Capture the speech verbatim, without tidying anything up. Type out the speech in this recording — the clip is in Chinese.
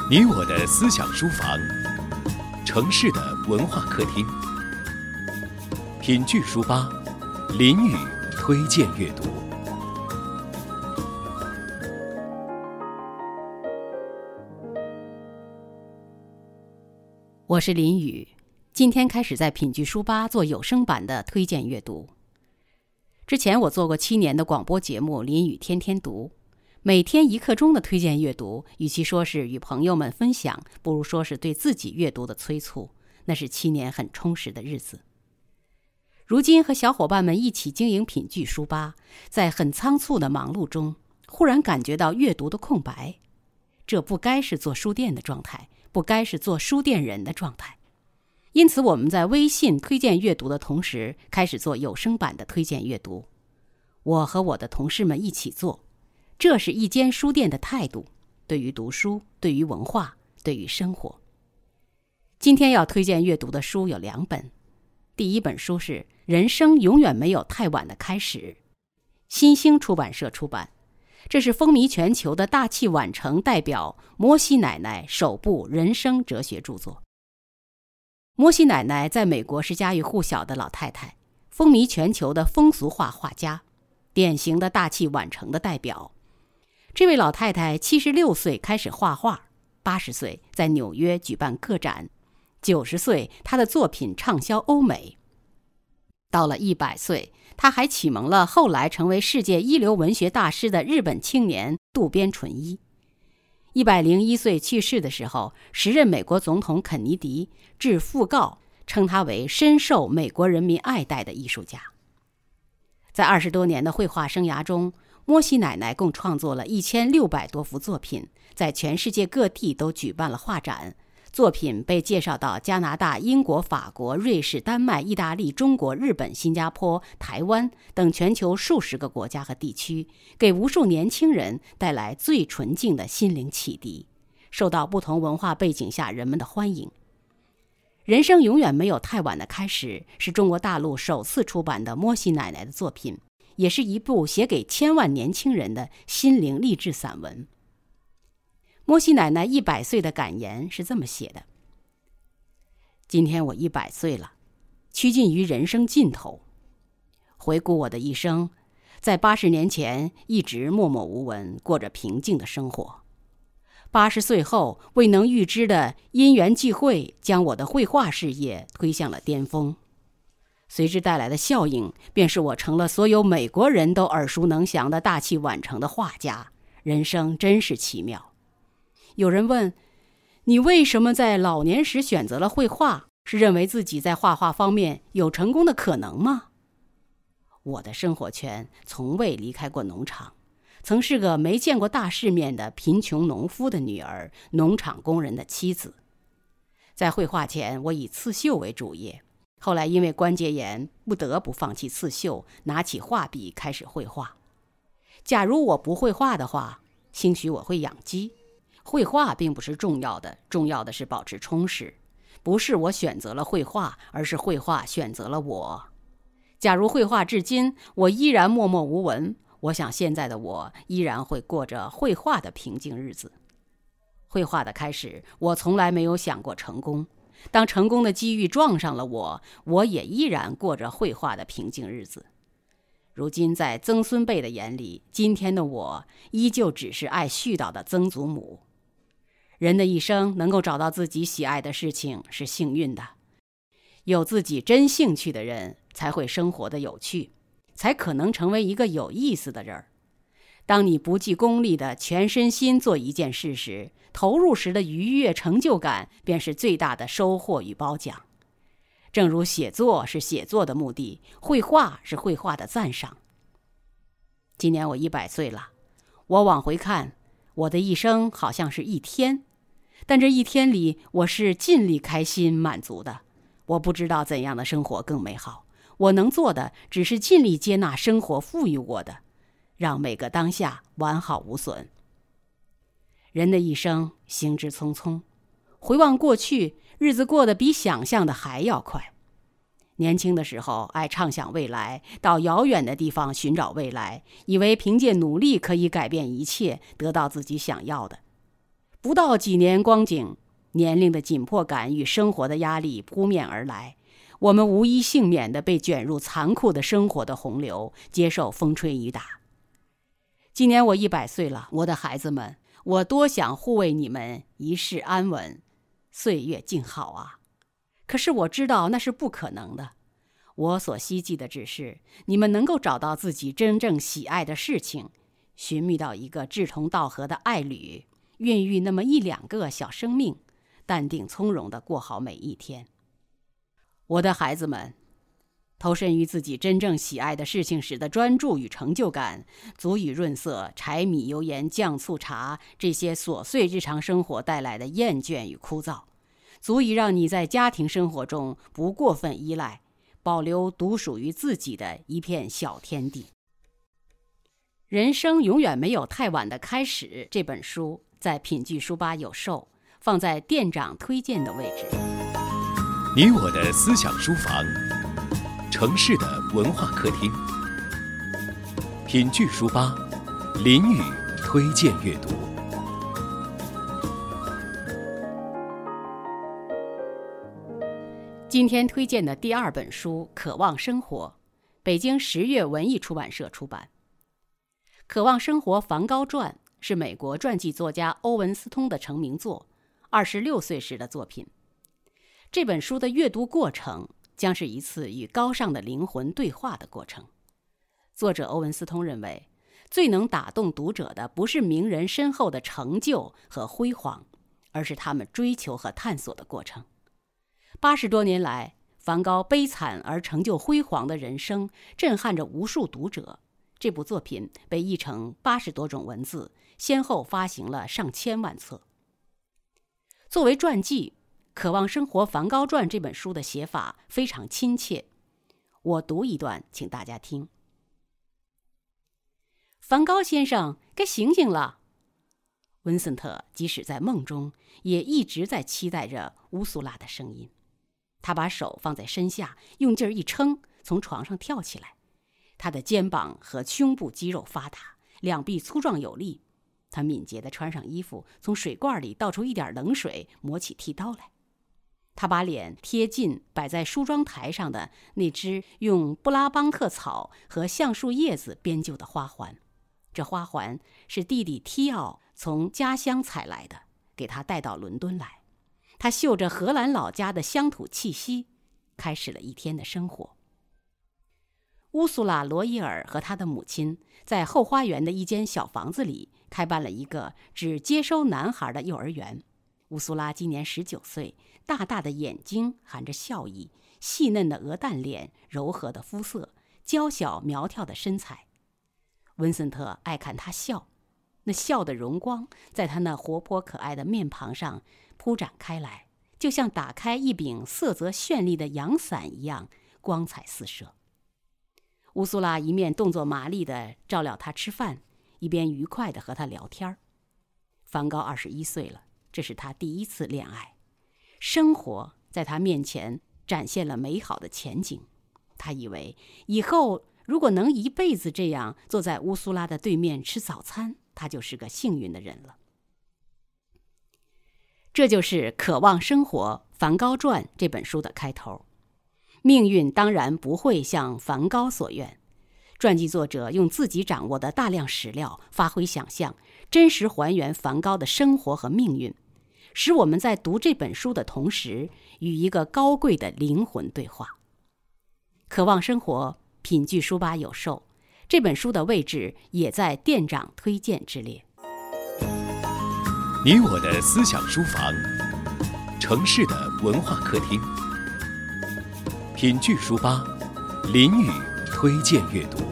你我的思想书房，城市的文化客厅。品聚书吧，林语推荐阅读。 我是林语，今天开始在品聚书吧做有声版的推荐阅读。之前我做过七年的广播节目《林语天天读》，每天一刻钟的推荐阅读，与其说是与朋友们分享，不如说是对自己阅读的催促。那是七年很充实的日子。如今和小伙伴们一起经营品聚书吧，在很仓促的忙碌中，忽然感觉到阅读的空白。这不该是做书店的状态，不该是做书店人的状态。因此我们在微信推荐阅读的同时，开始做有声版的推荐阅读。我和我的同事们一起做，这是一间书店的态度，对于读书，对于文化，对于生活。今天要推荐阅读的书有两本。第一本书是《人生永远没有太晚的开始》，新兴出版社出版。这是风靡全球的大器晚成代表摩西奶奶首部人生哲学著作。摩西奶奶在美国是家喻户晓的老太太，风靡全球的风俗画画家，典型的大器晚成的代表。这位老太太七十六岁开始画画，八十岁在纽约举办个展，九十岁她的作品畅销欧美。到了一百岁，她还启蒙了后来成为世界一流文学大师的日本青年渡边淳一。一百零一岁去世的时候，时任美国总统肯尼迪致讣告，称他为深受美国人民爱戴的艺术家。在二十多年的绘画生涯中，摩西奶奶共创作了一千六百多幅作品，在全世界各地都举办了画展，作品被介绍到加拿大、英国、法国、瑞士、丹麦、意大利、中国、日本、新加坡、台湾等全球数十个国家和地区，给无数年轻人带来最纯净的心灵启迪，受到不同文化背景下人们的欢迎。人生永远没有太晚的开始是中国大陆首次出版的摩西奶奶的作品，也是一部写给千万年轻人的心灵励志散文。摩西奶奶一百岁的感言是这么写的：今天我一百岁了，趋近于人生尽头。回顾我的一生，在八十年前一直默默无闻，过着平静的生活。八十岁后，未能预知的因缘际会，将我的绘画事业推向了巅峰。随之带来的效应，便是我成了所有美国人都耳熟能详的大器晚成的画家。人生真是奇妙。有人问，你为什么在老年时选择了绘画？是认为自己在画画方面有成功的可能吗？我的生活圈从未离开过农场，曾是个没见过大世面的贫穷农夫的女儿，农场工人的妻子。在绘画前，我以刺绣为主业，后来因为关节炎不得不放弃刺绣，拿起画笔开始绘画。假如我不绘画的话，兴许我会养鸡。绘画并不是重要的，重要的是保持充实。不是我选择了绘画，而是绘画选择了我。假如绘画至今，我依然默默无闻，我想现在的我依然会过着绘画的平静日子。绘画的开始，我从来没有想过成功。当成功的机遇撞上了我，我也依然过着绘画的平静日子。如今在曾孙辈的眼里，今天的我依旧只是爱絮叨的曾祖母。人的一生能够找到自己喜爱的事情是幸运的，有自己真兴趣的人才会生活的有趣，才可能成为一个有意思的人。当你不计功利的全身心做一件事时，投入时的愉悦成就感便是最大的收获与褒奖。正如写作是写作的目的，绘画是绘画的赞赏。今年我一百岁了，我往回看，我的一生好像是一天，但这一天里，我是尽力开心满足的。我不知道怎样的生活更美好，我能做的只是尽力接纳生活赋予我的，让每个当下完好无损。人的一生行之匆匆，回望过去，日子过得比想象的还要快。年轻的时候爱畅想未来，到遥远的地方寻找未来，以为凭借努力可以改变一切，得到自己想要的。 不到几年光景，年龄的紧迫感与生活的压力扑面而来，我们无一幸免地被卷入残酷的生活的洪流，接受风吹雨打。今年我一百岁了，我的孩子们，我多想护卫你们一世安稳，岁月静好啊！可是我知道那是不可能的。我所希冀的只是你们能够找到自己真正喜爱的事情，寻觅到一个志同道合的爱侣，孕育那么一两个小生命，淡定从容地过好每一天。我的孩子们，投身于自己真正喜爱的事情时的专注与成就感，足以润色柴米油盐酱醋茶这些琐碎日常生活带来的厌倦与枯燥，足以让你在家庭生活中不过分依赖，保留独属于自己的一片小天地。人生永远没有太晚的开始，这本书在品聚书吧有售，放在店长推荐的位置。 你我的思想书房，城市的文化客厅。品聚书吧，林语推荐阅读。 今天推荐的第二本书《渴望生活》，北京十月文艺出版社出版。《渴望生活·梵高传》是美国传记作家欧文斯通的成名作，二十六岁时的作品。这本书的阅读过程将是一次与高尚的灵魂对话的过程。作者欧文斯通认为，最能打动读者的不是名人身后的成就和辉煌，而是他们追求和探索的过程。八十多年来，梵高悲惨而成就辉煌的人生震撼着无数读者。这部作品被译成八十多种文字，先后发行了上千万册。作为传记，《渴望生活·梵高传》这本书的写法非常亲切。我读一段，请大家听。梵高先生，该醒醒了！温森特即使在梦中，也一直在期待着乌苏拉的声音。他把手放在身下，用劲儿一撑，从床上跳起来。他的肩膀和胸部肌肉发达，两臂粗壮有力。他敏捷地穿上衣服，从水罐里倒出一点冷水，磨起剃刀来。他把脸贴近摆在梳妆台上的那只用布拉邦克草和橡树叶子编就的花环。这花环是弟弟提奥从家乡采来的，给他带到伦敦来。他嗅着荷兰老家的乡土气息，开始了一天的生活。乌苏拉·罗伊尔和他的母亲在后花园的一间小房子里开办了一个只接收男孩的幼儿园。乌苏拉今年十九岁，大大的眼睛含着笑意，细嫩的鹅蛋脸，柔和的肤色，娇小苗条的身材。温森特爱看她笑，那笑的荣光在她那活泼可爱的面庞上铺展开来，就像打开一柄色泽绚丽的阳伞一样，光彩四射。乌苏拉一面动作麻利地照料他吃饭，一边愉快地和他聊天。梵高二十一岁了，这是他第一次恋爱。生活在他面前展现了美好的前景。他以为以后如果能一辈子这样坐在乌苏拉的对面吃早餐，他就是个幸运的人了。这就是《渴望生活·梵高传》这本书的开头。命运当然不会像梵高所愿，传记作者用自己掌握的大量史料，发挥想象，真实还原梵高的生活和命运，使我们在读这本书的同时，与一个高贵的灵魂对话。渴望生活，品聚书吧有售，这本书的位置也在店长推荐之列。 你我的思想书房，城市的文化客厅。品聚书吧，林语推荐阅读。